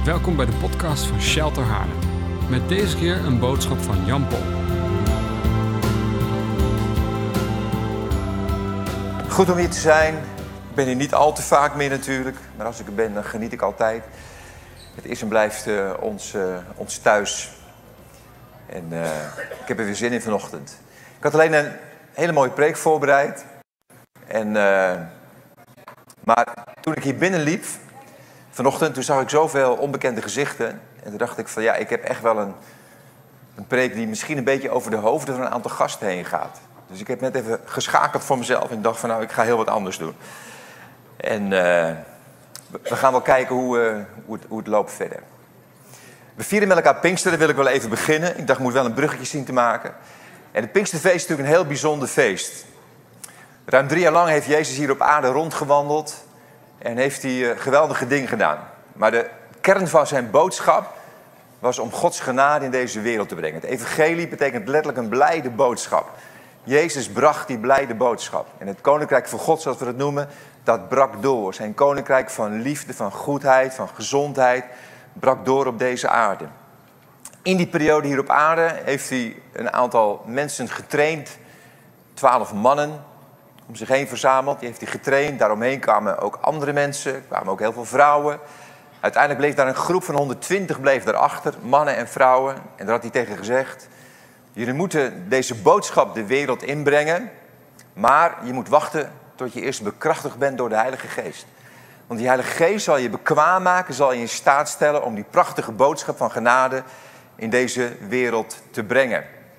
Welkom bij de podcast van Shelter Haarlem. Met deze keer een boodschap van Jan Pol. Goed om hier te zijn. Ik ben hier niet al te vaak meer natuurlijk. Maar als ik er ben, dan geniet ik altijd. Het is en blijft ons thuis. En ik heb er weer zin in vanochtend. Ik had alleen een hele mooie preek voorbereid. Maar toen ik hier binnenliep vanochtend, toen zag ik zoveel onbekende gezichten. En toen dacht ik van ja, ik heb echt wel een preek die misschien een beetje over de hoofden van een aantal gasten heen gaat. Dus ik heb net even geschakeld voor mezelf en dacht van nou, ik ga heel wat anders doen. En we gaan wel kijken hoe het loopt verder. We vieren met elkaar Pinksteren, daar wil ik wel even beginnen. Ik dacht, ik moet wel een bruggetje zien te maken. En het Pinksterfeest is natuurlijk een heel bijzonder feest. Ruim 3 jaar lang heeft Jezus hier op aarde rondgewandeld en heeft hij geweldige dingen gedaan. Maar de kern van zijn boodschap was om Gods genade in deze wereld te brengen. Het evangelie betekent letterlijk een blijde boodschap. Jezus bracht die blijde boodschap. En het koninkrijk van God, zoals we het noemen, dat brak door. Zijn koninkrijk van liefde, van goedheid, van gezondheid, brak door op deze aarde. In die periode hier op aarde heeft hij een aantal mensen getraind. 12 mannen om zich heen verzameld. Die heeft hij getraind. Daaromheen kwamen ook andere mensen. Kwamen ook heel veel vrouwen. Uiteindelijk bleef daar een groep van 120 bleef daarachter. Mannen en vrouwen. En daar had hij tegen gezegd: jullie moeten deze boodschap de wereld inbrengen. Maar je moet wachten tot je eerst bekrachtigd bent door de Heilige Geest. Want die Heilige Geest zal je bekwaam maken. Zal je in staat stellen om die prachtige boodschap van genade in deze wereld te brengen.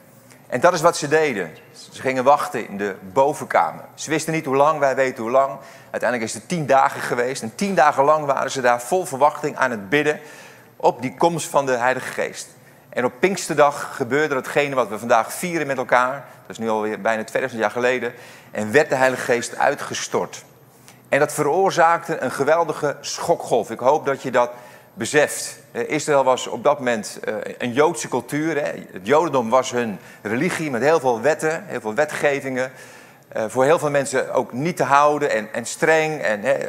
En dat is wat ze deden. Ze gingen wachten in de bovenkamer. Ze wisten niet hoe lang, wij weten hoe lang. Uiteindelijk is het 10 dagen geweest. En 10 dagen lang waren ze daar vol verwachting aan het bidden op die komst van de Heilige Geest. En op Pinksterdag gebeurde hetgene wat we vandaag vieren met elkaar. Dat is nu alweer bijna 2000 jaar geleden. En werd de Heilige Geest uitgestort. En dat veroorzaakte een geweldige schokgolf. Ik hoop dat je dat beseft. Israël was op dat moment een Joodse cultuur. Het Jodendom was hun religie met heel veel wetten, heel veel wetgevingen. Voor heel veel mensen ook niet te houden en streng.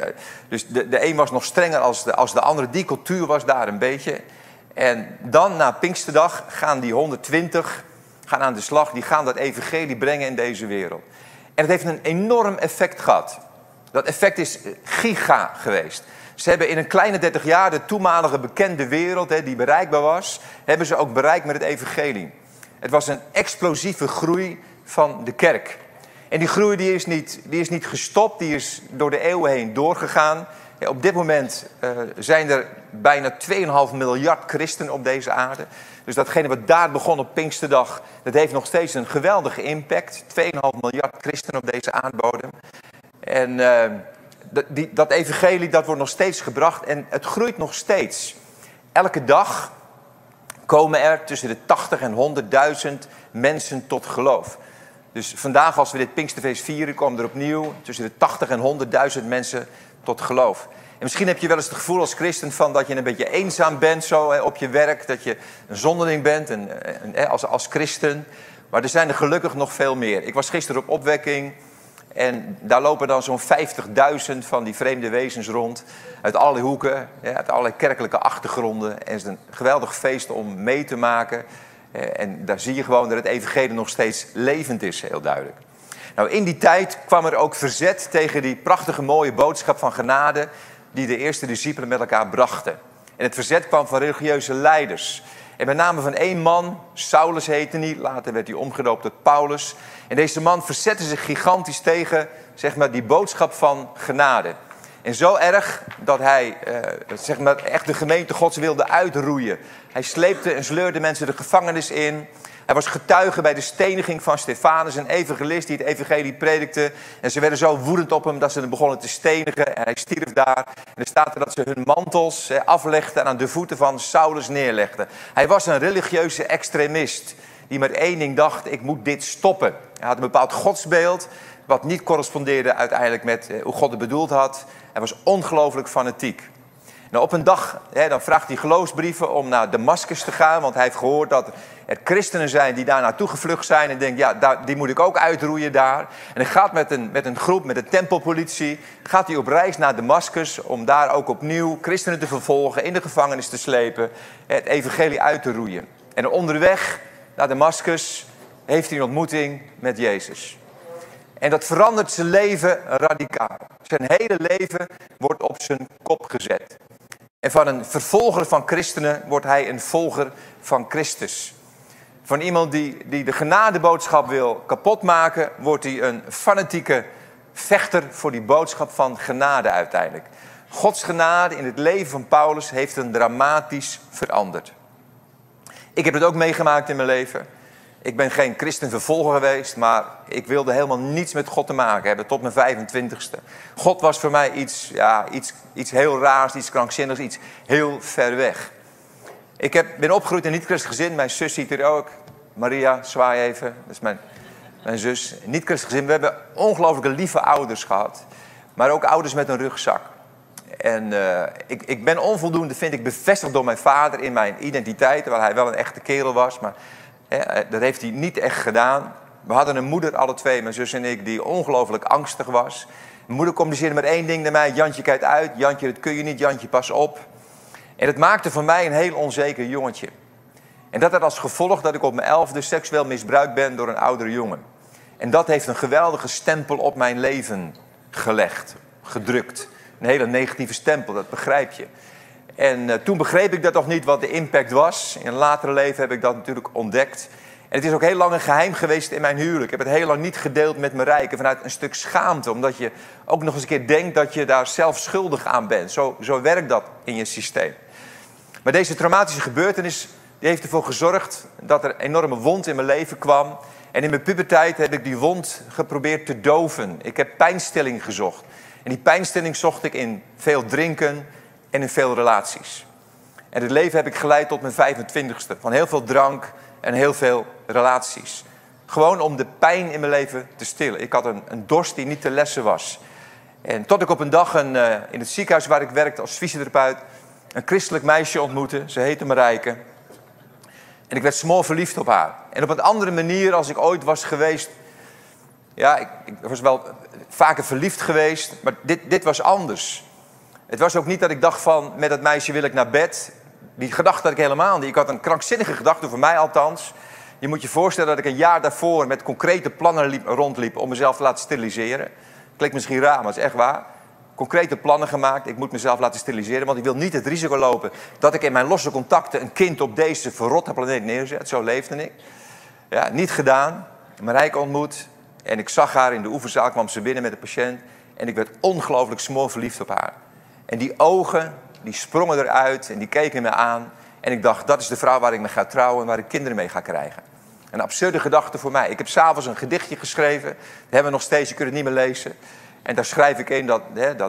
Dus de een was nog strenger als de andere. Die cultuur was daar een beetje. En dan na Pinksterdag gaan die 120 aan de slag. Die gaan dat evangelie brengen in deze wereld. En het heeft een enorm effect gehad. Dat effect is giga geweest. Ze hebben in een kleine 30 jaar de toenmalige bekende wereld, die bereikbaar was, hebben ze ook bereikt met het evangelie. Het was een explosieve groei van de kerk. En die groei die is niet gestopt, die is door de eeuwen heen doorgegaan. Ja, op dit moment zijn er bijna 2,5 miljard christenen op deze aarde. Dus datgene wat daar begon op Pinksterdag, dat heeft nog steeds een geweldige impact. 2,5 miljard christenen op deze aardbodem. En dat evangelie dat wordt nog steeds gebracht en het groeit nog steeds. Elke dag komen er tussen de 80 en 100.000 mensen tot geloof. Dus vandaag als we dit Pinksterfeest vieren, komen er opnieuw tussen de 80 en 100.000 mensen tot geloof. En misschien heb je wel eens het gevoel als christen van dat je een beetje eenzaam bent zo, op je werk. Dat je een zonderling bent als christen. Maar er zijn er gelukkig nog veel meer. Ik was gisteren op opwekking. En daar lopen dan zo'n 50.000 van die vreemde wezens rond. Uit allerlei hoeken, uit allerlei kerkelijke achtergronden. En het is een geweldig feest om mee te maken. En daar zie je gewoon dat het evangelie nog steeds levend is, heel duidelijk. Nou, in die tijd kwam er ook verzet tegen die prachtige mooie boodschap van genade die de eerste discipelen met elkaar brachten. En het verzet kwam van religieuze leiders. En met name van 1 man, Saulus heette hij, later werd hij omgedoopt tot Paulus. En deze man verzette zich gigantisch tegen, die boodschap van genade. En zo erg dat hij, echt de gemeente Gods wilde uitroeien. Hij sleepte en sleurde mensen de gevangenis in. Hij was getuige bij de steniging van Stefanus, een evangelist die het evangelie predikte. En ze werden zo woedend op hem dat ze hem begonnen te stenigen. En hij stierf daar. En er staat er dat ze hun mantels aflegden en aan de voeten van Saulus neerlegden. Hij was een religieuze extremist die met 1 ding dacht: ik moet dit stoppen. Hij had een bepaald godsbeeld wat niet correspondeerde uiteindelijk met hoe God het bedoeld had. Hij was ongelooflijk fanatiek. Nou, op een dag dan vraagt hij geloofsbrieven om naar Damascus te gaan. Want hij heeft gehoord dat er christenen zijn die daar naartoe gevlucht zijn. En denkt, ja, die moet ik ook uitroeien daar. En hij gaat met een groep, met de tempelpolitie, gaat hij op reis naar Damascus om daar ook opnieuw christenen te vervolgen, in de gevangenis te slepen, het evangelie uit te roeien. En onderweg naar Damascus heeft hij een ontmoeting met Jezus. En dat verandert zijn leven radicaal. Zijn hele leven wordt op zijn kop gezet. En van een vervolger van christenen wordt hij een volger van Christus. Van iemand die de genadeboodschap wil kapotmaken, wordt hij een fanatieke vechter voor die boodschap van genade uiteindelijk. Gods genade in het leven van Paulus heeft hem dramatisch veranderd. Ik heb het ook meegemaakt in mijn leven. Ik ben geen christenvervolger geweest, maar ik wilde helemaal niets met God te maken hebben tot mijn 25ste. God was voor mij iets heel raars, iets krankzinnigs, iets heel ver weg. Ik ben opgegroeid in een niet-christelijk gezin. Mijn zus ziet er ook. Maria, zwaai even. Dat is mijn zus. Een niet-christelijk gezin. We hebben ongelooflijke lieve ouders gehad. Maar ook ouders met een rugzak. En ik ben onvoldoende, vind ik, bevestigd door mijn vader in mijn identiteit. Terwijl hij wel een echte kerel was, maar dat heeft hij niet echt gedaan. We hadden een moeder, alle twee, mijn zus en ik, die ongelooflijk angstig was. Mijn moeder communiceerde met één ding naar mij. Jantje, kijk uit. Jantje, dat kun je niet. Jantje, pas op. En het maakte van mij een heel onzeker jongetje. En dat had als gevolg dat ik op mijn 11e seksueel misbruikt ben door een oudere jongen. En dat heeft een geweldige stempel op mijn leven gelegd, gedrukt. Een hele negatieve stempel, dat begrijp je. En toen begreep ik dat nog niet wat de impact was. In een latere leven heb ik dat natuurlijk ontdekt. En het is ook heel lang een geheim geweest in mijn huwelijk. Ik heb het heel lang niet gedeeld met mijn rijken vanuit een stuk schaamte. Omdat je ook nog eens een keer denkt dat je daar zelf schuldig aan bent. Zo werkt dat in je systeem. Maar deze traumatische gebeurtenis die heeft ervoor gezorgd dat er een enorme wond in mijn leven kwam. En in mijn puberteit heb ik die wond geprobeerd te doven. Ik heb pijnstilling gezocht. En die pijnstilling zocht ik in veel drinken en in veel relaties. En het leven heb ik geleid tot mijn 25ste. Van heel veel drank en heel veel relaties. Gewoon om de pijn in mijn leven te stillen. Ik had een dorst die niet te lessen was. En tot ik op een dag in het ziekenhuis waar ik werkte als fysiotherapeut een christelijk meisje ontmoette. Ze heette Marijke. En ik werd smoor verliefd op haar. En op een andere manier als ik ooit was geweest. Ja, ik was wel vaker verliefd geweest. Maar dit was anders. Het was ook niet dat ik dacht van, met dat meisje wil ik naar bed. Die gedachte had ik helemaal niet. Ik had een krankzinnige gedachte, voor mij althans. Je moet je voorstellen dat ik een jaar daarvoor met concrete plannen rondliep om mezelf te laten steriliseren. Klinkt misschien raar, maar het is echt waar. Concrete plannen gemaakt. Ik moet mezelf laten steriliseren, want ik wil niet het risico lopen dat ik in mijn losse contacten een kind op deze verrotte planeet neerzet. Zo leefde ik. Ja, niet gedaan. Marijke ontmoet. En ik zag haar in de oefenzaal, kwam ze binnen met de patiënt. En ik werd ongelooflijk smoor verliefd op haar. En die ogen, die sprongen eruit en die keken me aan. En ik dacht, dat is de vrouw waar ik mee ga trouwen en waar ik kinderen mee ga krijgen. Een absurde gedachte voor mij. Ik heb s'avonds een gedichtje geschreven. Dat hebben we nog steeds, je kunt het niet meer lezen. En daar schrijf ik in dat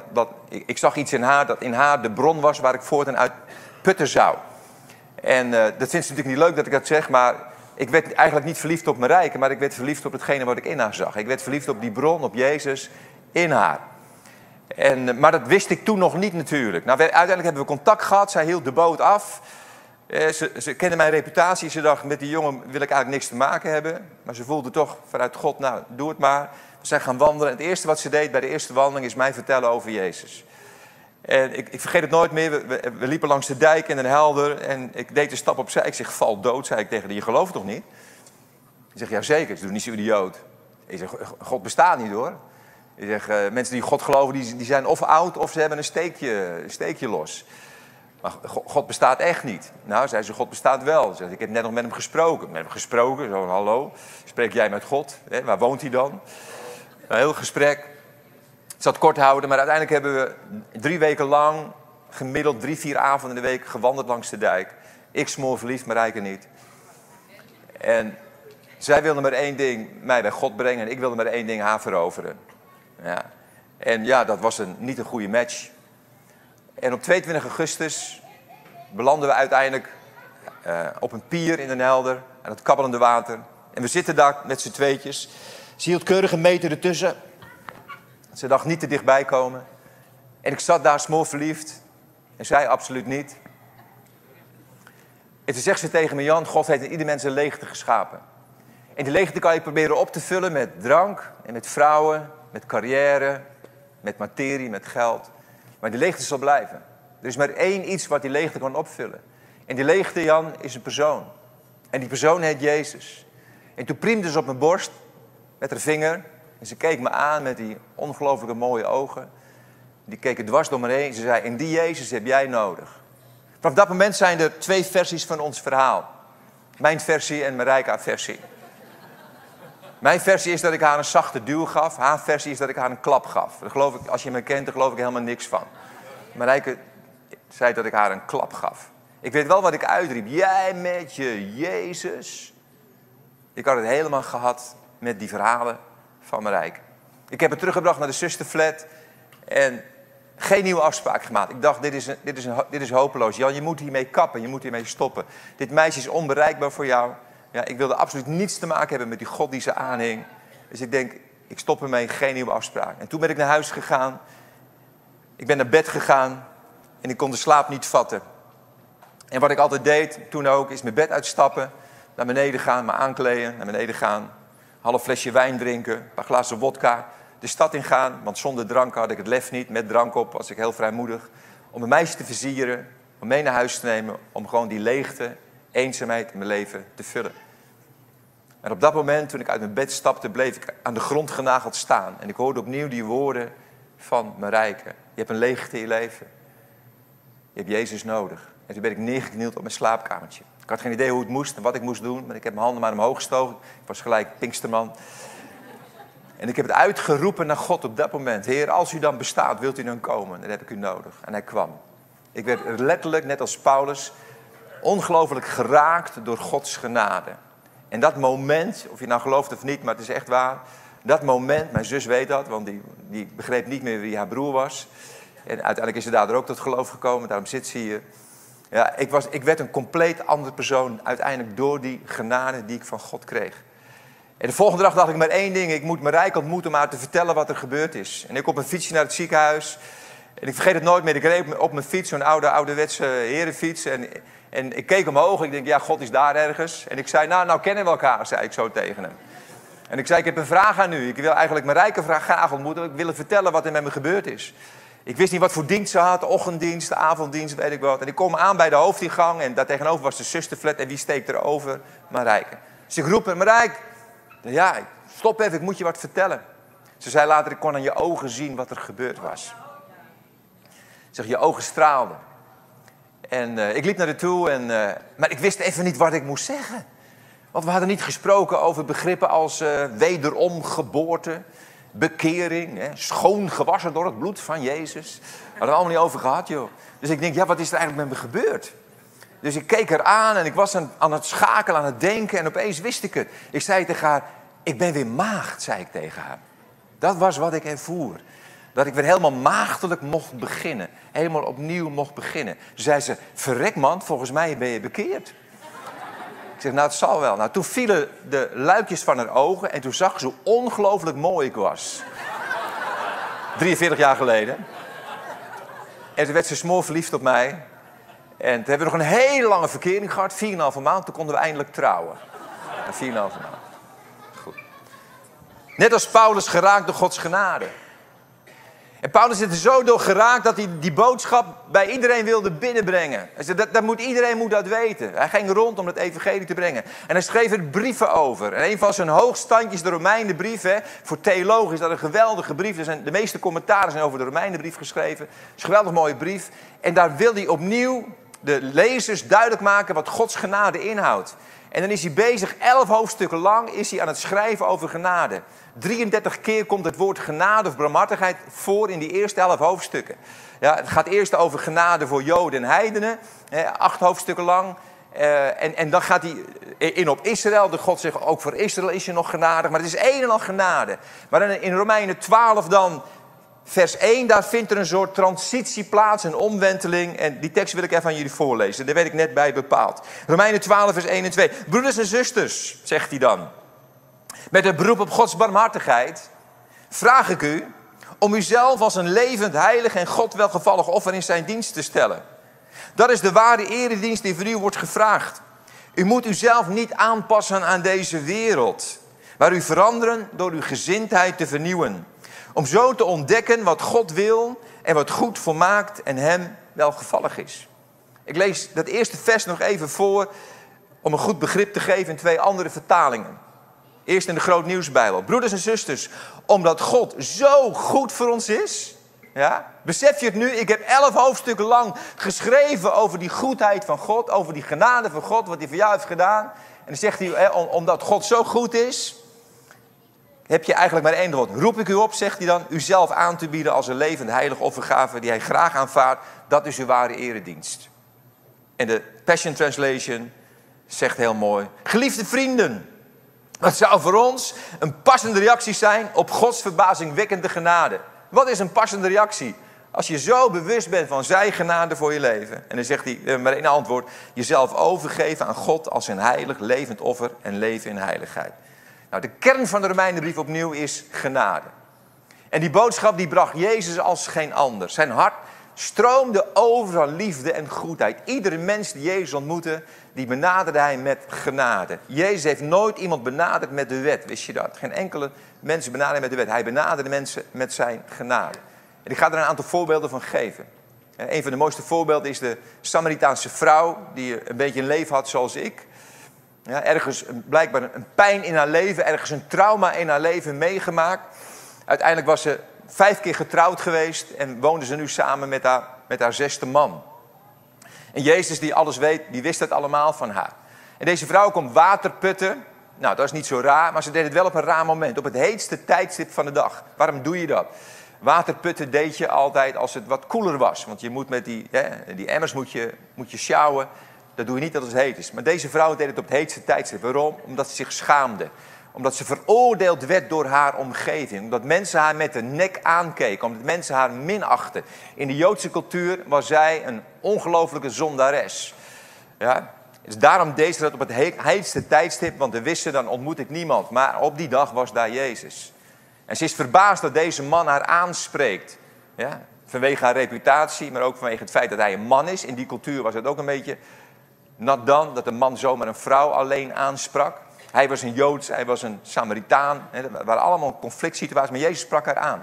ik zag iets in haar, dat in haar de bron was waar ik voortaan uit putten zou. En dat vindt ze natuurlijk niet leuk dat ik dat zeg, maar ik werd eigenlijk niet verliefd op Marijke, maar ik werd verliefd op hetgene wat ik in haar zag. Ik werd verliefd op die bron, op Jezus, in haar. Maar dat wist ik toen nog niet natuurlijk. Nou, uiteindelijk hebben we contact gehad, zij hield de boot af. Ze kende mijn reputatie, ze dacht, met die jongen wil ik eigenlijk niks te maken hebben. Maar ze voelde toch vanuit God, nou, doe het maar. We zijn gaan wandelen. En het eerste wat ze deed bij de eerste wandeling is mij vertellen over Jezus. En ik vergeet het nooit meer. We liepen langs de dijk in Den Helder. En ik deed een stap opzij. Ik zeg, val dood, zei ik tegen haar. Je gelooft toch niet? Ik zeg, ja zeker. Ze doet niet zo idioot. Ik zeg, God bestaat niet hoor. Ik zeg, mensen die God geloven, die zijn of oud of ze hebben een steekje los. Maar God bestaat echt niet. Nou, zei ze, God bestaat wel. Ze zei, ik heb net nog met hem gesproken. Met hem gesproken, zo hallo. Spreek jij met God? Hè, waar woont hij dan? Een heel gesprek. Ik zal het kort houden, maar uiteindelijk hebben we 3 weken lang, gemiddeld 3-4 avonden in de week, gewandeld langs de dijk. Ik smoor verliefd, Marijke niet. En zij wilde maar één ding, mij bij God brengen. En ik wilde maar één ding, haar veroveren. Ja. En ja, dat was niet een goede match. En op 22 augustus belanden we uiteindelijk op een pier in Den Helder, aan het kabbelende water. En we zitten daar met z'n tweetjes. Ze hield keurig een meter ertussen. Ze dacht niet te dichtbij komen. En ik zat daar smoorverliefd. En zij absoluut niet. En toen zegt ze tegen me, Jan, God heeft in ieder mens een leegte geschapen. En die leegte kan je proberen op te vullen met drank en met vrouwen, met carrière, met materie, met geld. Maar die leegte zal blijven. Er is maar één iets wat die leegte kan opvullen. En die leegte, Jan, is een persoon. En die persoon heet Jezus. En toen priemde ze op mijn borst met haar vinger. En ze keek me aan met die ongelooflijke mooie ogen. Die keken dwars door me heen. Ze zei, en die Jezus heb jij nodig. Vanaf dat moment zijn er 2 versies van ons verhaal. Mijn versie en Marijka's versie. Mijn versie is dat ik haar een zachte duw gaf. Haar versie is dat ik haar een klap gaf. Daar geloof ik, als je me kent, daar geloof ik helemaal niks van. Marijke zei dat ik haar een klap gaf. Ik weet wel wat ik uitriep. Jij met je Jezus. Ik had het helemaal gehad met die verhalen van Marijke. Ik heb het teruggebracht naar de zusterflat. En geen nieuwe afspraak gemaakt. Ik dacht, dit is hopeloos. Jan, je moet hiermee kappen. Je moet hiermee stoppen. Dit meisje is onbereikbaar voor jou. Ja, ik wilde absoluut niets te maken hebben met die God die ze aanhing. Dus ik denk, ik stop ermee, geen nieuwe afspraak. En toen ben ik naar huis gegaan. Ik ben naar bed gegaan. En ik kon de slaap niet vatten. En wat ik altijd deed, toen ook, is mijn bed uitstappen. Naar beneden gaan, me aankleden, naar beneden gaan. Een half flesje wijn drinken, een paar glazen wodka. De stad ingaan, want zonder drank had ik het lef niet. Met drank op was ik heel vrijmoedig. Om een meisje te versieren, om mee naar huis te nemen. Om gewoon die leegte, eenzaamheid in mijn leven te vullen. En op dat moment, toen ik uit mijn bed stapte, bleef ik aan de grond genageld staan. En ik hoorde opnieuw die woorden van Marijke. Je hebt een leegte in je leven. Je hebt Jezus nodig. En toen ben ik neergeknield op mijn slaapkamertje. Ik had geen idee hoe het moest en wat ik moest doen. Maar ik heb mijn handen maar omhoog gestoken. Ik was gelijk Pinksterman. En ik heb het uitgeroepen naar God op dat moment. Heer, als u dan bestaat, wilt u dan komen? Dan heb ik u nodig. En hij kwam. Ik werd letterlijk, net als Paulus, ongelooflijk geraakt door Gods genade. En dat moment, of je nou gelooft of niet, maar het is echt waar. Dat moment, mijn zus weet dat, want die begreep niet meer wie haar broer was. En uiteindelijk is ze daardoor ook tot geloof gekomen, daarom zit ze hier. Ja, ik werd een compleet andere persoon uiteindelijk door die genade die ik van God kreeg. En de volgende dag dacht ik maar één ding. Ik moet Marijke ontmoeten om haar te vertellen wat er gebeurd is. En ik op mijn fietsje naar het ziekenhuis. En ik vergeet het nooit meer. Ik reed op mijn fiets, zo'n ouderwetse herenfiets. En ik keek omhoog. Ik denk, ja, God is daar ergens. En ik zei, nou kennen we elkaar, zei ik zo tegen hem. En ik zei, ik heb een vraag aan u. Ik wil eigenlijk Marijke graag ontmoeten. Ik wil vertellen wat er met me gebeurd is. Ik wist niet wat voor dienst ze had. De ochtenddienst, de avonddienst, weet ik wat. En ik kom aan bij de hoofdingang. En daar tegenover was de zusterflat. En wie steekt er over? Marijke. Dus ik roep, Marijke. Ja, stop even, ik moet je wat vertellen. Ze zei later, ik kon aan je ogen zien wat er gebeurd was. Zeg, je ogen straalden. En ik liep naar haar toe, maar ik wist even niet wat ik moest zeggen. Want we hadden niet gesproken over begrippen als wederomgeboorte, bekering, schoon gewassen door het bloed van Jezus. Daar hadden we allemaal niet over gehad, joh. Dus ik denk, ja, wat is er eigenlijk met me gebeurd? Dus ik keek haar aan en ik was aan het schakelen, aan het denken. En opeens wist ik het. Ik zei tegen haar, ik ben weer maagd, zei ik tegen haar. Dat was wat ik ervoer. Dat ik weer helemaal maagdelijk mocht beginnen. Helemaal opnieuw mocht beginnen. Toen zei ze, verrek man, volgens mij ben je bekeerd. Ik zeg, nou het zal wel. Nou, toen vielen de luikjes van haar ogen en toen zag ze hoe ongelooflijk mooi ik was. 43 jaar geleden. En toen werd ze smoorverliefd op mij. En toen hebben we nog een hele lange verkering gehad, 4,5 maand. Toen konden we eindelijk trouwen. 4,5 maand. Goed. Net als Paulus geraakt door Gods genade. En Paulus is er zo door geraakt dat hij die boodschap bij iedereen wilde binnenbrengen. Hij zei, iedereen moet dat weten. Hij ging rond om het evangelie te brengen. En hij schreef er brieven over. En een van zijn hoogstandjes, de Romeinenbrief. Voor theologen is dat een geweldige brief. De meeste commentaren zijn over de Romeinenbrief geschreven. Het is een geweldig mooie brief. En daar wil hij opnieuw de lezers duidelijk maken wat Gods genade inhoudt. En dan is hij bezig, 11 hoofdstukken lang is hij aan het schrijven over genade. 33 keer komt het woord genade of barmhartigheid voor in die eerste 11 hoofdstukken. Ja, het gaat eerst over genade voor Joden en heidenen, 8 hoofdstukken lang. En dan gaat hij in op Israël. De God zegt, ook voor Israël is je nog genadig. Maar het is een en al genade. Maar dan in Romeinen 12 dan, vers 1, daar vindt er een soort transitie plaats, een omwenteling. En die tekst wil ik even aan jullie voorlezen. Daar werd ik net bij bepaald. Romeinen 12, vers 1 en 2. Broeders en zusters, zegt hij dan. Met een beroep op Gods barmhartigheid vraag ik u Om uzelf als een levend, heilig en God welgevallig offer in zijn dienst te stellen. Dat is de ware eredienst die voor u wordt gevraagd. U moet uzelf niet aanpassen aan deze wereld, maar u veranderen door uw gezindheid te vernieuwen. Om zo te ontdekken wat God wil en wat goed volmaakt en hem welgevallig is. Ik lees dat eerste vers nog even voor om een goed begrip te geven in 2 andere vertalingen. Eerst in de Groot Nieuwsbijbel. Broeders en zusters, omdat God zo goed voor ons is. Ja, besef je het nu? Ik heb 11 hoofdstukken lang geschreven over die goedheid van God. Over die genade van God, wat hij voor jou heeft gedaan. En dan zegt hij, omdat God zo goed is, heb je eigenlijk maar één woord. Roep ik u op, zegt hij dan, uzelf aan te bieden als een levend heilig offergave die hij graag aanvaardt. Dat is uw ware eredienst. En de Passion Translation zegt heel mooi, geliefde vrienden. Dat zou voor ons een passende reactie zijn op Gods verbazingwekkende genade. Wat is een passende reactie? Als je zo bewust bent van zijn genade voor je leven. En dan zegt hij maar één antwoord. Jezelf overgeven aan God als een heilig, levend offer en leven in heiligheid. Nou, de kern van de Romeinenbrief opnieuw is genade. En die boodschap die bracht Jezus als geen ander. Zijn hart stroomde over van liefde en goedheid. Iedere mens die Jezus ontmoette, die benaderde hij met genade. Jezus heeft nooit iemand benaderd met de wet, wist je dat? Geen enkele mens benaderde met de wet. Hij benaderde mensen met zijn genade. En ik ga er een aantal voorbeelden van geven. Een van de mooiste voorbeelden is de Samaritaanse vrouw, die een beetje een leven had zoals ik. Ja, ergens blijkbaar een pijn in haar leven, ergens een trauma in haar leven meegemaakt. Uiteindelijk was ze 5 keer getrouwd geweest en woonde ze nu samen met haar 6e man. En Jezus, die alles weet, die wist het allemaal van haar. En deze vrouw komt water putten. Nou, dat is niet zo raar, maar ze deed het wel op een raar moment. Op het heetste tijdstip van de dag. Waarom doe je dat? Waterputten deed je altijd als het wat koeler was. Want je moet met die emmers moet je sjouwen. Dat doe je niet als het heet is. Maar deze vrouw deed het op het heetste tijdstip. Waarom? Omdat ze zich schaamde. Omdat ze veroordeeld werd door haar omgeving. Omdat mensen haar met de nek aankeken. Omdat mensen haar minachten. In de Joodse cultuur was zij een ongelofelijke zondares. Ja? Dus daarom deed ze dat op het heetste tijdstip. Want ze wisten, dan ontmoet ik niemand. Maar op die dag was daar Jezus. En ze is verbaasd dat deze man haar aanspreekt. Ja? Vanwege haar reputatie, maar ook vanwege het feit dat hij een man is. In die cultuur was het ook een beetje nat dan. Dat een man zomaar een vrouw alleen aansprak. Hij was een Joods, hij was een Samaritaan. Er waren allemaal conflict situaties, maar Jezus sprak haar aan.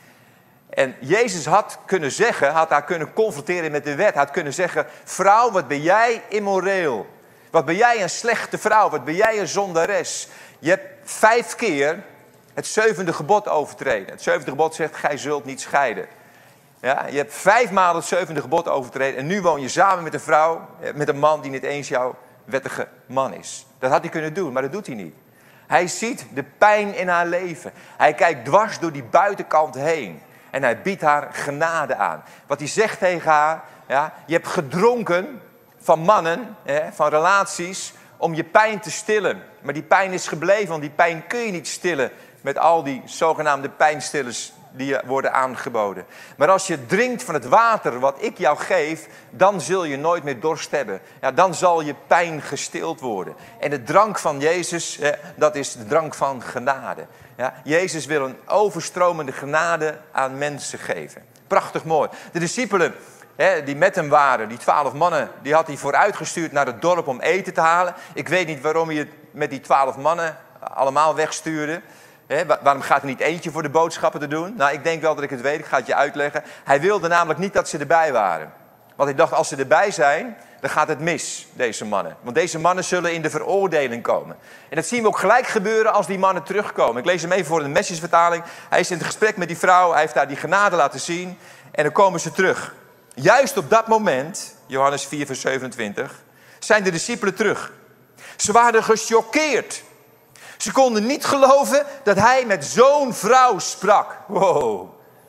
En Jezus had kunnen zeggen, had haar kunnen confronteren met de wet. Had kunnen zeggen, vrouw, wat ben jij immoreel? Wat ben jij een slechte vrouw? Wat ben jij een zondares? Je hebt 5 keer het 7e gebod overtreden. Het 7e gebod zegt, gij zult niet scheiden. Ja, je hebt 5 maal het 7e gebod overtreden. En nu woon je samen met een vrouw, met een man die niet eens jouw wettige man is. Dat had hij kunnen doen, maar dat doet hij niet. Hij ziet de pijn in haar leven. Hij kijkt dwars door die buitenkant heen. En hij biedt haar genade aan. Wat hij zegt tegen haar, ja, je hebt gedronken van mannen, van relaties, om je pijn te stillen. Maar die pijn is gebleven, want die pijn kun je niet stillen met al die zogenaamde pijnstillers die je worden aangeboden. Maar als je drinkt van het water wat ik jou geef, dan zul je nooit meer dorst hebben. Ja, dan zal je pijn gestild worden. En de drank van Jezus, dat is de drank van genade. Ja, Jezus wil een overstromende genade aan mensen geven. Prachtig mooi. De discipelen die met hem waren, die 12 mannen, die had hij vooruitgestuurd naar het dorp om eten te halen. Ik weet niet waarom hij het met die 12 mannen allemaal wegstuurde. Waarom gaat hij niet eentje voor de boodschappen te doen? Nou, ik denk wel dat ik het weet. Ik ga het je uitleggen. Hij wilde namelijk niet dat ze erbij waren. Want hij dacht, als ze erbij zijn, dan gaat het mis, deze mannen. Want deze mannen zullen in de veroordeling komen. En dat zien we ook gelijk gebeuren als die mannen terugkomen. Ik lees hem even voor de Messiasvertaling. Hij is in het gesprek met die vrouw. Hij heeft daar die genade laten zien. En dan komen ze terug. Juist op dat moment, Johannes 4 vers 27, zijn de discipelen terug. Ze waren gechoqueerd. Ze konden niet geloven dat hij met zo'n vrouw sprak. Wow.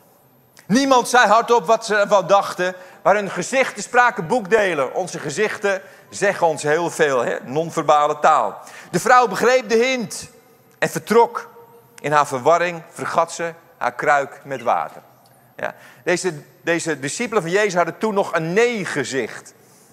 Niemand zei hardop wat ze ervan dachten. Maar hun gezichten spraken boekdelen. Onze gezichten zeggen ons heel veel. Non-verbale taal. De vrouw begreep de hint. En vertrok. In haar verwarring vergat ze haar kruik met water. Ja. Deze discipelen van Jezus hadden toen nog een nee-gezicht.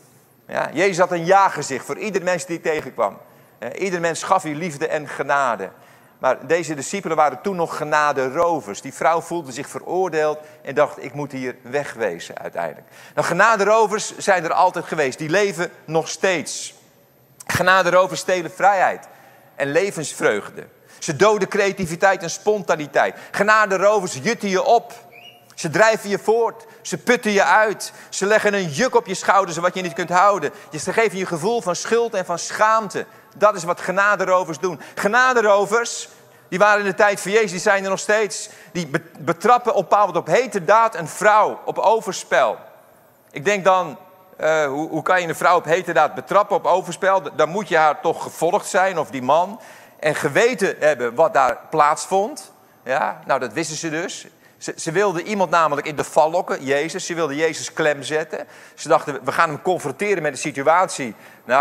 Ja, Jezus had een ja-gezicht voor ieder mens die tegenkwam. Ieder mens gaf u liefde en genade. Maar deze discipelen waren toen nog genaderovers. Die vrouw voelde zich veroordeeld en dacht, ik moet hier wegwezen uiteindelijk. Nou, genaderovers zijn er altijd geweest. Die leven nog steeds. Genaderovers stelen vrijheid en levensvreugde. Ze doden creativiteit en spontaniteit. Genaderovers jutten je op. Ze drijven je voort. Ze putten je uit. Ze leggen een juk op je schouders wat je niet kunt houden. Ze geven je een gevoel van schuld en van schaamte. Dat is wat genaderovers doen. Genaderovers, die waren in de tijd van Jezus, die zijn er nog steeds. Die betrappen op op heterdaad een vrouw op overspel. Ik denk dan, hoe kan je een vrouw op heterdaad betrappen op overspel? Dan moet je haar toch gevolgd zijn, of die man. En geweten hebben wat daar plaatsvond. Ja, nou, dat wisten ze dus. Ze wilden iemand namelijk in de val lokken, Jezus. Ze wilden Jezus klem zetten. Ze dachten, we gaan hem confronteren met een situatie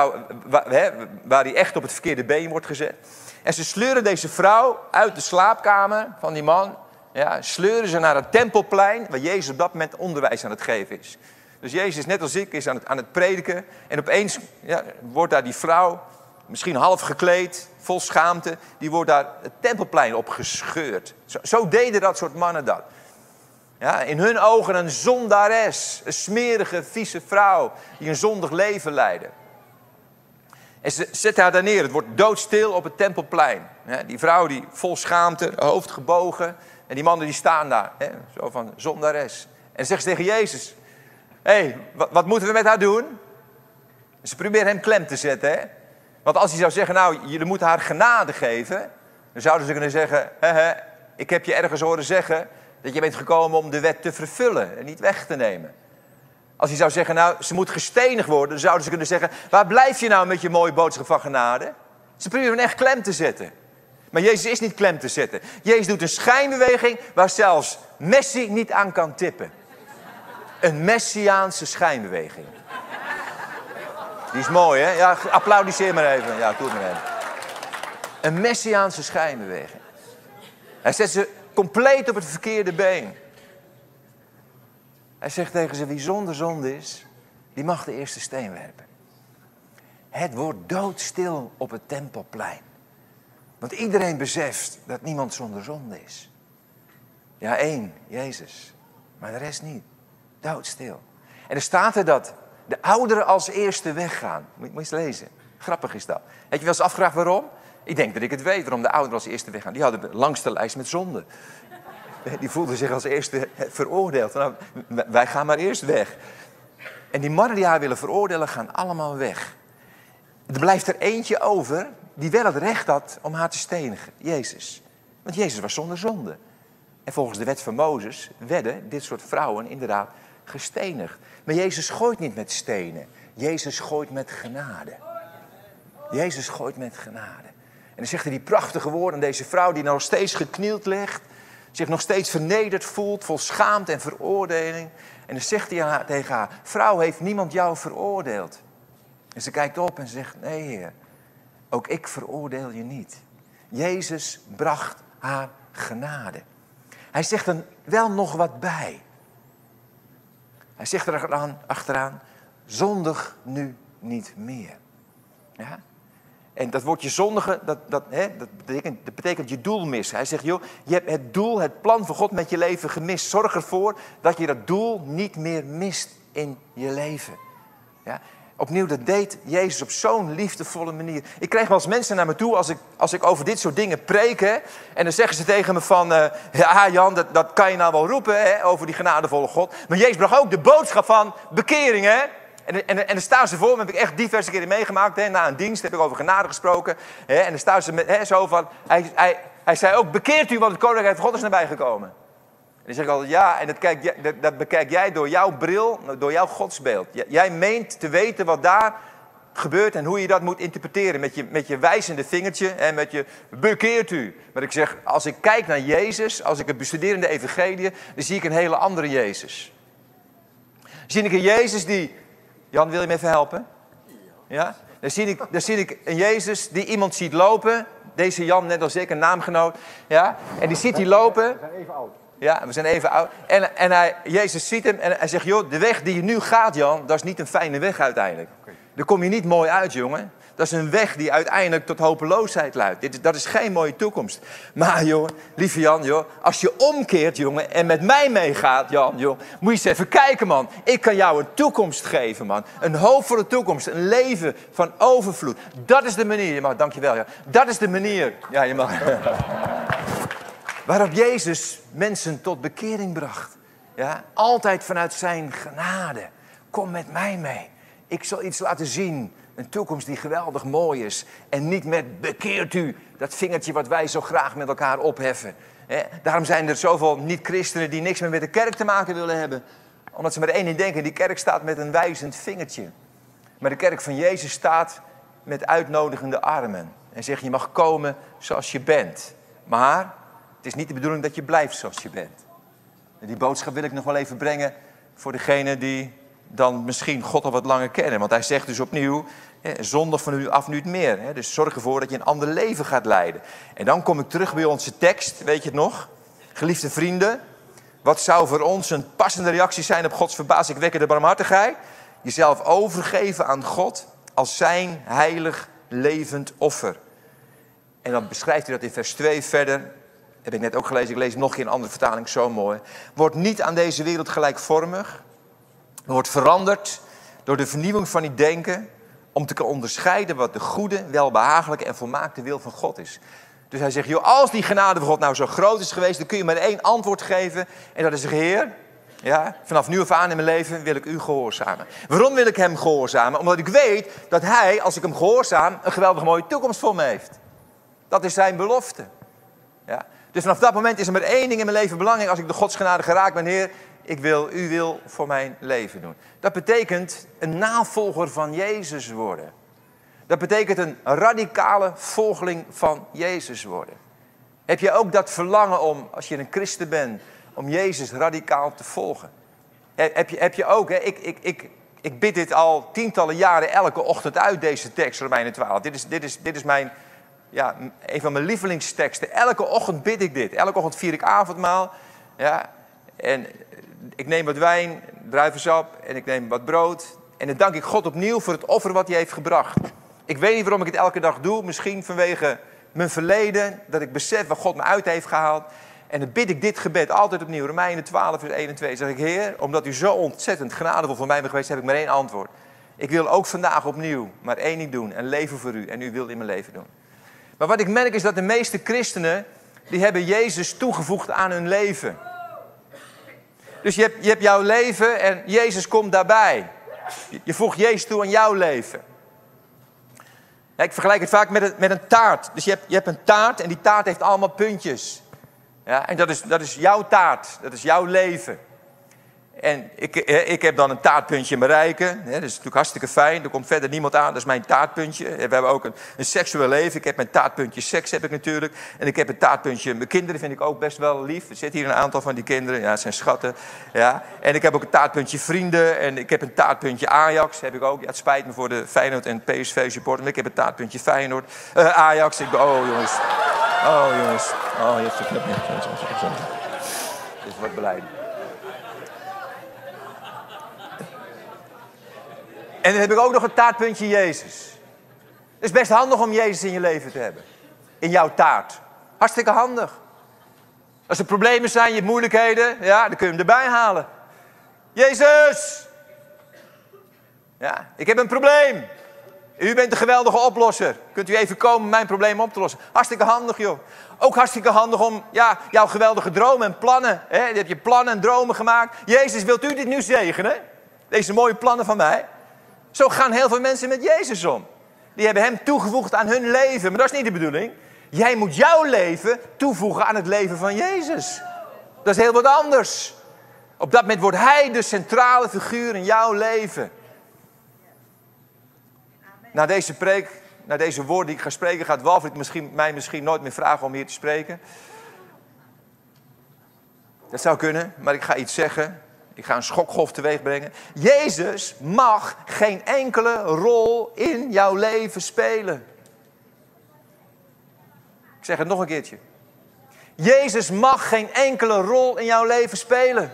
waar hij echt op het verkeerde been wordt gezet. En ze sleuren deze vrouw uit de slaapkamer van die man. Ja, sleuren ze naar het tempelplein, waar Jezus op dat moment onderwijs aan het geven is. Dus Jezus, net als ik, is aan het prediken. En opeens wordt daar die vrouw, misschien half gekleed, vol schaamte, die wordt daar het tempelplein op gescheurd. Zo deden dat soort mannen dat. Ja, in hun ogen een zondares, een smerige, vieze vrouw die een zondig leven leidde. En ze zetten haar daar neer. Het wordt doodstil op het tempelplein. Ja, die vrouw die vol schaamte, hoofd gebogen. En die mannen die staan daar, zo van zondares. En dan zeggen ze tegen Jezus, hé, wat moeten we met haar doen? En ze proberen hem klem te zetten, hè. Want als hij zou zeggen, nou, jullie moeten haar genade geven, dan zouden ze kunnen zeggen, ik heb je ergens horen zeggen dat je bent gekomen om de wet te vervullen en niet weg te nemen. Als hij zou zeggen, nou, ze moet gestenigd worden, dan zouden ze kunnen zeggen, waar blijf je nou met je mooie boodschap van genade? Ze proberen echt klem te zetten. Maar Jezus is niet klem te zetten. Jezus doet een schijnbeweging waar zelfs Messi niet aan kan tippen. Een Messiaanse schijnbeweging. Die is mooi, hè? Ja, applaudisseer maar even. Ja, doe het maar even. Een Messiaanse schijnbeweging. Hij zet ze compleet op het verkeerde been. Hij zegt tegen ze, wie zonder zonde is, die mag de eerste steen werpen. Het wordt doodstil op het tempelplein. Want iedereen beseft dat niemand zonder zonde is. Ja, één, Jezus. Maar de rest niet. Doodstil. En er staat er dat de ouderen als eerste weggaan. Moet je eens lezen. Grappig is dat. Heb je wel eens afgevraagd waarom? Ik denk dat ik het weet waarom de ouderen als eerste weggaan. Die hadden de langste lijst met zonde. Die voelden zich als eerste veroordeeld. Nou, wij gaan maar eerst weg. En die mannen die haar willen veroordelen gaan allemaal weg. Er blijft er eentje over die wel het recht had om haar te stenigen. Jezus. Want Jezus was zonder zonde. En volgens de wet van Mozes werden dit soort vrouwen inderdaad gestenigd. Maar Jezus gooit niet met stenen. Jezus gooit met genade. Jezus gooit met genade. En dan zegt hij die prachtige woorden aan deze vrouw die nog steeds geknield ligt. Zich nog steeds vernederd voelt, vol schaamte en veroordeling. En dan zegt hij tegen haar, vrouw, heeft niemand jou veroordeeld? En ze kijkt op en zegt, nee Heer, ook ik veroordeel je niet. Jezus bracht haar genade. Hij zegt er wel nog wat bij. Hij zegt er achteraan, zondig nu niet meer. Ja? En dat woordje zondigen, dat betekent je doel missen. Hij zegt, joh, je hebt het doel, het plan van God met je leven gemist. Zorg ervoor dat je dat doel niet meer mist in je leven. Ja? Opnieuw, dat deed Jezus op zo'n liefdevolle manier. Ik krijg wel eens mensen naar me toe als ik over dit soort dingen preek. Hè, en dan zeggen ze tegen me van, ja Jan, dat kan je nou wel roepen hè, over die genadevolle God. Maar Jezus bracht ook de boodschap van bekering. Hè? En dan staan ze voor me, heb ik echt diverse keren meegemaakt. Hè, na een dienst heb ik over genade gesproken. Hè, en dan staan ze zo van, hij zei ook, bekeert u, want het koninkrijk van God is nabij gekomen. En dan zeg ik altijd, ja, en dat bekijk jij door jouw bril, door jouw godsbeeld. Jij meent te weten wat daar gebeurt en hoe je dat moet interpreteren. Met je wijzende vingertje en met je bekeert u. Maar ik zeg, als ik kijk naar Jezus, als ik het bestudeer in de evangelie, dan zie ik een hele andere Jezus. Dan zie ik een Jezus die... Jan, wil je me even helpen? Ja? Dan zie ik een Jezus die iemand ziet lopen. Deze Jan, net als ik, een naamgenoot. Ja? En die ziet hij lopen. We zijn even oud. Ja, we zijn even oud. En Jezus ziet hem en hij zegt, joh, de weg die je nu gaat, Jan, dat is niet een fijne weg uiteindelijk. Daar kom je niet mooi uit, jongen. Dat is een weg die uiteindelijk tot hopeloosheid leidt. Dat is geen mooie toekomst. Maar, joh, lieve Jan, joh, als je omkeert, jongen, en met mij meegaat, Jan, joh, moet je eens even kijken, man. Ik kan jou een toekomst geven, man. Een hoopvolle toekomst. Een leven van overvloed. Dat is de manier. Je mag, dankjewel, ja. Dat is de manier. Ja, je mag. Waarop Jezus mensen tot bekering bracht. Ja, altijd vanuit zijn genade. Kom met mij mee. Ik zal iets laten zien. Een toekomst die geweldig mooi is. En niet met bekeert u. Dat vingertje wat wij zo graag met elkaar opheffen. Daarom zijn er zoveel niet-christenen die niks meer met de kerk te maken willen hebben. Omdat ze maar één ding denken. Die kerk staat met een wijzend vingertje. Maar de kerk van Jezus staat met uitnodigende armen. En zegt je mag komen zoals je bent. Maar het is niet de bedoeling dat je blijft zoals je bent. En die boodschap wil ik nog wel even brengen voor degene die dan misschien God al wat langer kennen. Want hij zegt dus opnieuw, zondig van u af niet meer. Dus zorg ervoor dat je een ander leven gaat leiden. En dan kom ik terug bij onze tekst, weet je het nog? Geliefde vrienden, wat zou voor ons een passende reactie zijn op Gods verbazingwekkende barmhartigheid? Jezelf overgeven aan God als zijn heilig levend offer. En dan beschrijft hij dat in vers 2 verder. Heb ik net ook gelezen, ik lees nog een keer een andere vertaling, zo mooi. Wordt niet aan deze wereld gelijkvormig. Wordt veranderd door de vernieuwing van je denken. Om te kunnen onderscheiden wat de goede, welbehagelijke en volmaakte wil van God is. Dus hij zegt, joh, als die genade van God nou zo groot is geweest, dan kun je maar één antwoord geven. En dat is, Heer, ja, vanaf nu af aan in mijn leven wil ik u gehoorzamen. Waarom wil ik hem gehoorzamen? Omdat ik weet dat hij, als ik hem gehoorzaam, een geweldig mooie toekomst voor me heeft. Dat is zijn belofte. Ja. Dus vanaf dat moment is er maar één ding in mijn leven belangrijk. Als ik door Gods genade geraakt ben, Heer, u wil voor mijn leven doen. Dat betekent een navolger van Jezus worden. Dat betekent een radicale volgeling van Jezus worden. Heb je ook dat verlangen om, als je een christen bent, om Jezus radicaal te volgen? Heb je ook, hè? Ik bid dit al tientallen jaren elke ochtend uit, deze tekst, Romeinen 12. Dit is mijn, ja, een van mijn lievelingsteksten. Elke ochtend bid ik dit. Elke ochtend vier ik avondmaal. Ja, en ik neem wat wijn, druivensap en ik neem wat brood. En dan dank ik God opnieuw voor het offer wat hij heeft gebracht. Ik weet niet waarom ik het elke dag doe. Misschien vanwege mijn verleden. Dat ik besef wat God me uit heeft gehaald. En dan bid ik dit gebed altijd opnieuw. Romeinen 12 vers 1 en 2. Zeg ik, Heer, omdat u zo ontzettend genadevol voor mij bent geweest, heb ik maar één antwoord. Ik wil ook vandaag opnieuw maar één ding doen. En leven voor u. En u wilt in mijn leven doen. Maar wat ik merk is dat de meeste christenen, die hebben Jezus toegevoegd aan hun leven. Dus je hebt jouw leven en Jezus komt daarbij. Je voegt Jezus toe aan jouw leven. Ja, ik vergelijk het vaak met een taart. Dus je hebt een taart en die taart heeft allemaal puntjes. Ja, en dat is jouw taart. Dat is jouw leven. En ik heb dan een taartpuntje Marijke. Dat is natuurlijk hartstikke fijn. Er komt verder niemand aan. Dat is mijn taartpuntje. We hebben ook een seksueel leven. Ik heb mijn taartpuntje seks heb ik natuurlijk. En ik heb een taartpuntje mijn kinderen. Vind ik ook best wel lief. Er zitten hier een aantal van die kinderen. Ja, het zijn schatten. Ja. En ik heb ook een taartpuntje vrienden. En ik heb een taartpuntje Ajax. Heb ik ook. Ja, het spijt me voor de Feyenoord en PSV supporters. Maar ik heb een taartpuntje Feyenoord. Ajax. Oh jongens. Oh jongens. Oh, je hebt het knop niet. Dit wordt beleid. En dan heb ik ook nog een taartpuntje Jezus. Het is best handig om Jezus in je leven te hebben. In jouw taart. Hartstikke handig. Als er problemen zijn, je hebt moeilijkheden, ja, dan kun je hem erbij halen. Jezus! Ja, ik heb een probleem. U bent de geweldige oplosser. Kunt u even komen mijn probleem op te lossen? Hartstikke handig, joh. Ook hartstikke handig om, ja, jouw geweldige dromen en plannen. Hè? Je hebt je plannen en dromen gemaakt. Jezus, wilt u dit nu zegenen? Deze mooie plannen van mij. Zo gaan heel veel mensen met Jezus om. Die hebben hem toegevoegd aan hun leven. Maar dat is niet de bedoeling. Jij moet jouw leven toevoegen aan het leven van Jezus. Dat is heel wat anders. Op dat moment wordt hij de centrale figuur in jouw leven. Na deze preek, na deze woorden die ik ga spreken, gaat Walfried mij misschien nooit meer vragen om hier te spreken. Dat zou kunnen, maar ik ga iets zeggen. Ik ga een schokgolf teweeg brengen. Jezus mag geen enkele rol in jouw leven spelen. Ik zeg het nog een keertje. Jezus mag geen enkele rol in jouw leven spelen.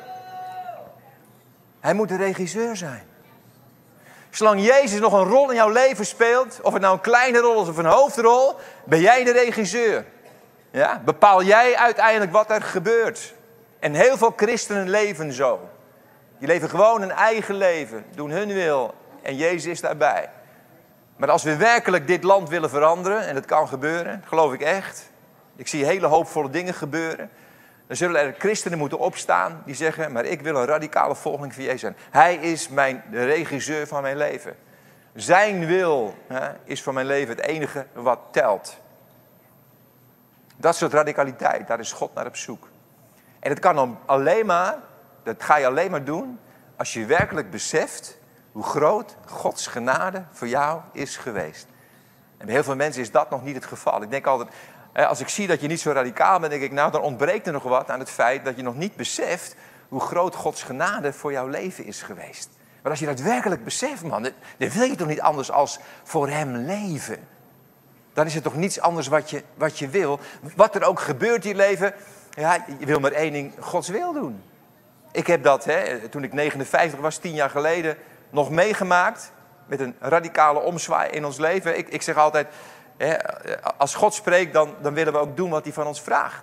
Hij moet de regisseur zijn. Zolang Jezus nog een rol in jouw leven speelt, of het nou een kleine rol is of een hoofdrol, ben jij de regisseur. Ja? Bepaal jij uiteindelijk wat er gebeurt. En heel veel christenen leven zo. Die leven gewoon een eigen leven, doen hun wil en Jezus is daarbij. Maar als we werkelijk dit land willen veranderen, en dat kan gebeuren, geloof ik echt. Ik zie hele hoopvolle dingen gebeuren. Dan zullen er christenen moeten opstaan die zeggen, maar ik wil een radicale volgeling van Jezus zijn. Hij is de regisseur van mijn leven. Zijn wil is voor mijn leven het enige wat telt. Dat soort radicaliteit, daar is God naar op zoek. En dat kan dan dat ga je alleen maar doen als je werkelijk beseft hoe groot Gods genade voor jou is geweest. En bij heel veel mensen is dat nog niet het geval. Ik denk altijd, als ik zie dat je niet zo radicaal bent, denk ik, nou dan ontbreekt er nog wat aan het feit dat je nog niet beseft hoe groot Gods genade voor jouw leven is geweest. Maar als je dat werkelijk beseft, man, dan wil je toch niet anders als voor hem leven. Dan is het toch niets anders wat je wil. Wat er ook gebeurt in je leven, ja, je wil maar één ding, Gods wil doen. Ik heb dat, toen ik 59 was, 10 jaar geleden, nog meegemaakt. Met een radicale omzwaai in ons leven. Ik zeg altijd, als God spreekt, dan willen we ook doen wat hij van ons vraagt.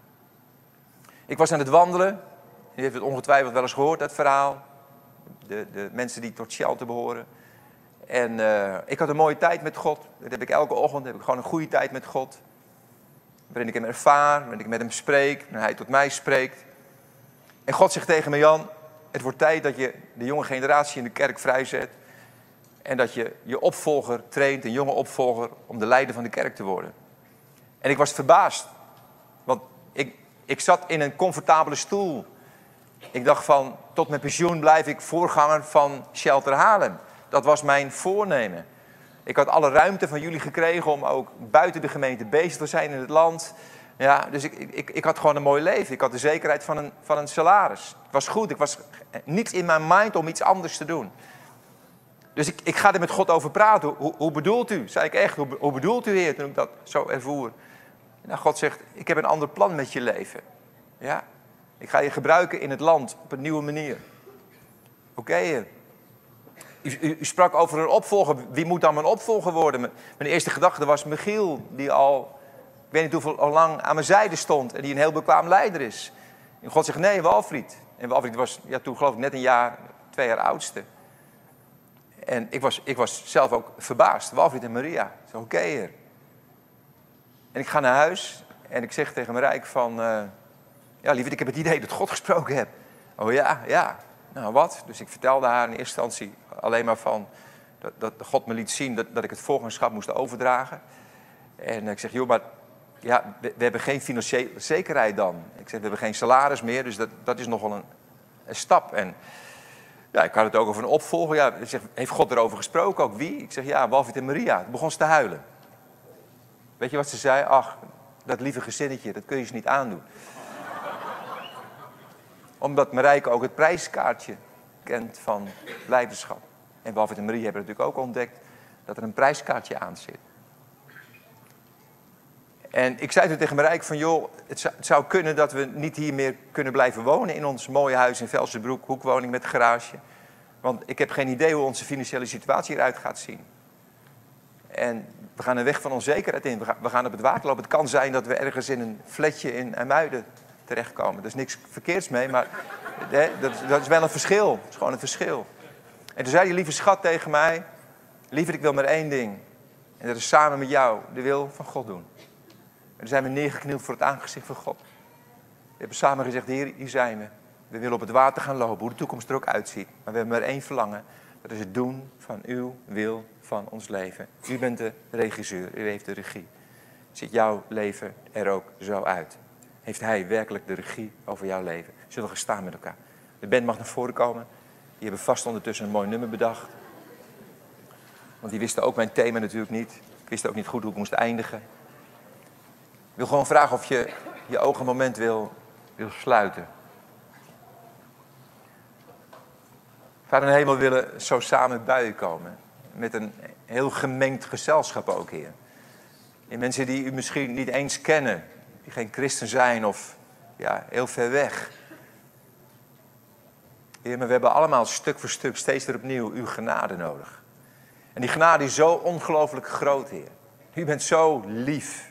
Ik was aan het wandelen. U heeft het ongetwijfeld wel eens gehoord, dat verhaal. De mensen die tot Shelter behoren. En ik had een mooie tijd met God. Dat heb ik elke ochtend. Heb ik gewoon een goede tijd met God. Waarin ik hem ervaar, waarin ik met hem spreek. En hij tot mij spreekt. En God zegt tegen me, Jan, het wordt tijd dat je de jonge generatie in de kerk vrijzet. En dat je je opvolger traint, een jonge opvolger, om de leider van de kerk te worden. En ik was verbaasd. Want ik zat in een comfortabele stoel. Ik dacht van, tot mijn pensioen blijf ik voorganger van Shelter Haarlem. Dat was mijn voornemen. Ik had alle ruimte van jullie gekregen om ook buiten de gemeente bezig te zijn in het land. Ja, dus ik had gewoon een mooi leven. Ik had de zekerheid van een salaris. Het was goed. Ik was niet in mijn mind om iets anders te doen. Dus ik ga er met God over praten. Hoe bedoelt u? Zei ik echt, hoe bedoelt u, Heer, toen ik dat zo ervoer? Nou, God zegt, ik heb een ander plan met je leven. Ja, ik ga je gebruiken in het land op een nieuwe manier. Oké, Heer. U sprak over een opvolger. Wie moet dan mijn opvolger worden? Mijn eerste gedachte was Michiel, die al, ik weet niet hoeveel al lang aan mijn zijde stond. En die een heel bekwaam leider is. En God zegt, nee, Walfried. En Walfried was toen geloof ik net 2 jaar oudste. En ik was zelf ook verbaasd. Walfried en Maria. Ik zei, oké, Heer. En ik ga naar huis. En ik zeg tegen Marijke van, ja lieverd, ik heb het idee dat God gesproken heeft. Oh ja. Nou, wat? Dus ik vertelde haar in eerste instantie alleen maar van dat God me liet zien dat ik het volgenschap moest overdragen. En ik zeg, joh, maar ja, we hebben geen financiële zekerheid dan. Ik zeg, we hebben geen salaris meer, dus dat is nogal een stap. En ja, ik had het ook over een opvolger. Ja, ik zeg, heeft God erover gesproken? Ook wie? Ik zeg, ja, Walfried en Maria. Toen begon ze te huilen. Weet je wat ze zei? Ach, dat lieve gezinnetje, dat kun je ze niet aandoen. Omdat Marijke ook het prijskaartje kent van leiderschap. En Walfried en Marie hebben natuurlijk ook ontdekt dat er een prijskaartje aan zit. En ik zei toen tegen Marijke van, joh, het zou kunnen dat we niet hier meer kunnen blijven wonen in ons mooie huis in Velsenbroek, hoekwoning met garage. Want ik heb geen idee hoe onze financiële situatie eruit gaat zien. En we gaan een weg van onzekerheid in. We gaan op het water lopen. Het kan zijn dat we ergens in een flatje in IJmuiden terechtkomen. Er is niks verkeerds mee, maar dat is wel een verschil. Het is gewoon een verschil. En toen zei die lieve schat tegen mij, liever, ik wil maar één ding. En dat is samen met jou de wil van God doen. En toen zijn we neergeknield voor het aangezicht van God. We hebben samen gezegd, Heer, hier zijn we. We willen op het water gaan lopen, hoe de toekomst er ook uitziet. Maar we hebben maar één verlangen. Dat is het doen van uw wil van ons leven. U bent de regisseur, u heeft de regie. Ziet jouw leven er ook zo uit? Heeft hij werkelijk de regie over jouw leven? Zullen we gaan staan met elkaar? De band mag naar voren komen. Die hebben vast ondertussen een mooi nummer bedacht. Want die wisten ook mijn thema natuurlijk niet. Ik wist ook niet goed hoe ik moest eindigen. Ik wil gewoon vragen of je je ogen een moment wil sluiten. Vader in de hemel, willen zo samen bij u komen. Met een heel gemengd gezelschap ook, Heer. En mensen die u misschien niet eens kennen. die geen christen zijn of heel ver weg. Heer, maar we hebben allemaal stuk voor stuk steeds weer opnieuw uw genade nodig. En die genade is zo ongelooflijk groot, Heer. U bent zo lief.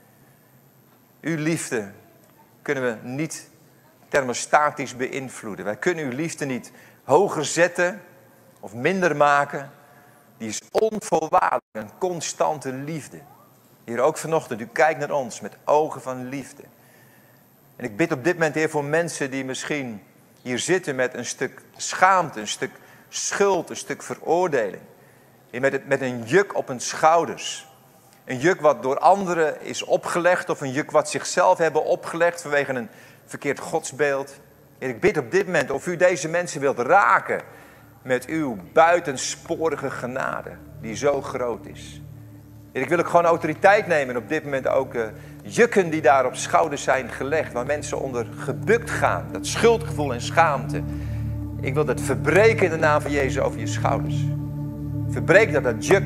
Uw liefde kunnen we niet thermostatisch beïnvloeden. Wij kunnen uw liefde niet hoger zetten of minder maken. Die is onvoorwaardelijk, een constante liefde. Heer, ook vanochtend, u kijkt naar ons met ogen van liefde. En ik bid op dit moment, Heer, voor mensen die misschien hier zitten met een stuk schaamte, een stuk schuld, een stuk veroordeling. Heer, met een juk op hun schouders. Een juk wat door anderen is opgelegd of een juk wat zichzelf hebben opgelegd vanwege een verkeerd godsbeeld. Heer, ik bid op dit moment of u deze mensen wilt raken met uw buitensporige genade die zo groot is. Heer, ik wil ook gewoon autoriteit nemen en op dit moment ook jukken die daar op schouders zijn gelegd, waar mensen onder gebukt gaan. Dat schuldgevoel en schaamte. Ik wil dat verbreken in de naam van Jezus over je schouders. Verbreek dat juk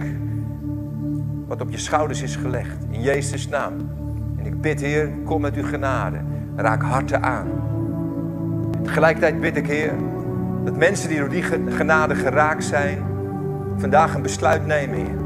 wat op je schouders is gelegd. In Jezus' naam. En ik bid, Heer, kom met uw genade. Raak harten aan. Tegelijkertijd bid ik, Heer, dat mensen die door die genade geraakt zijn, vandaag een besluit nemen, Heer.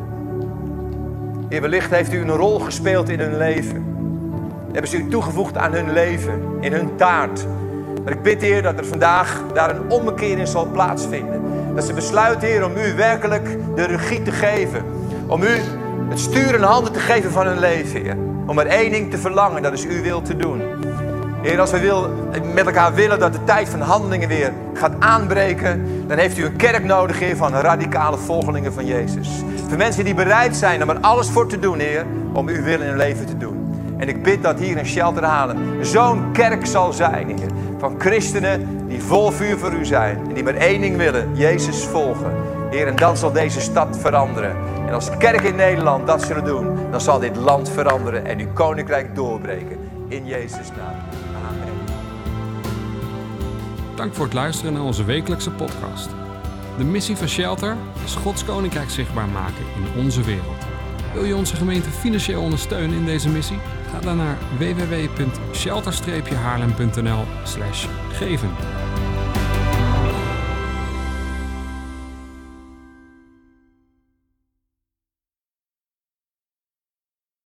Heer, wellicht heeft u een rol gespeeld in hun leven. Hebben ze u toegevoegd aan hun leven, in hun taart. Maar ik bid, Heer, dat er vandaag daar een ommekeer in zal plaatsvinden. Dat ze besluiten, Heer, om u werkelijk de regie te geven. Om u het stuur in handen te geven van hun leven, Heer. Om er één ding te verlangen, dat is uw wil te doen. Heer, als we met elkaar willen dat de tijd van handelingen weer gaat aanbreken, dan heeft u een kerk nodig, Heer, van radicale volgelingen van Jezus. Voor mensen die bereid zijn om er alles voor te doen, Heer, om uw wil in hun leven te doen. En ik bid dat hier in Shelter Haarlem zo'n kerk zal zijn, Heer. Van christenen die vol vuur voor u zijn. En die maar één ding willen, Jezus volgen. Heer, en dan zal deze stad veranderen. En als kerk in Nederland dat zullen doen, dan zal dit land veranderen en uw koninkrijk doorbreken. In Jezus' naam. Amen. Dank voor het luisteren naar onze wekelijkse podcast. De missie van Shelter is Gods koninkrijk zichtbaar maken in onze wereld. Wil je onze gemeente financieel ondersteunen in deze missie? Ga dan naar www.shelter-haarlem.nl/geven.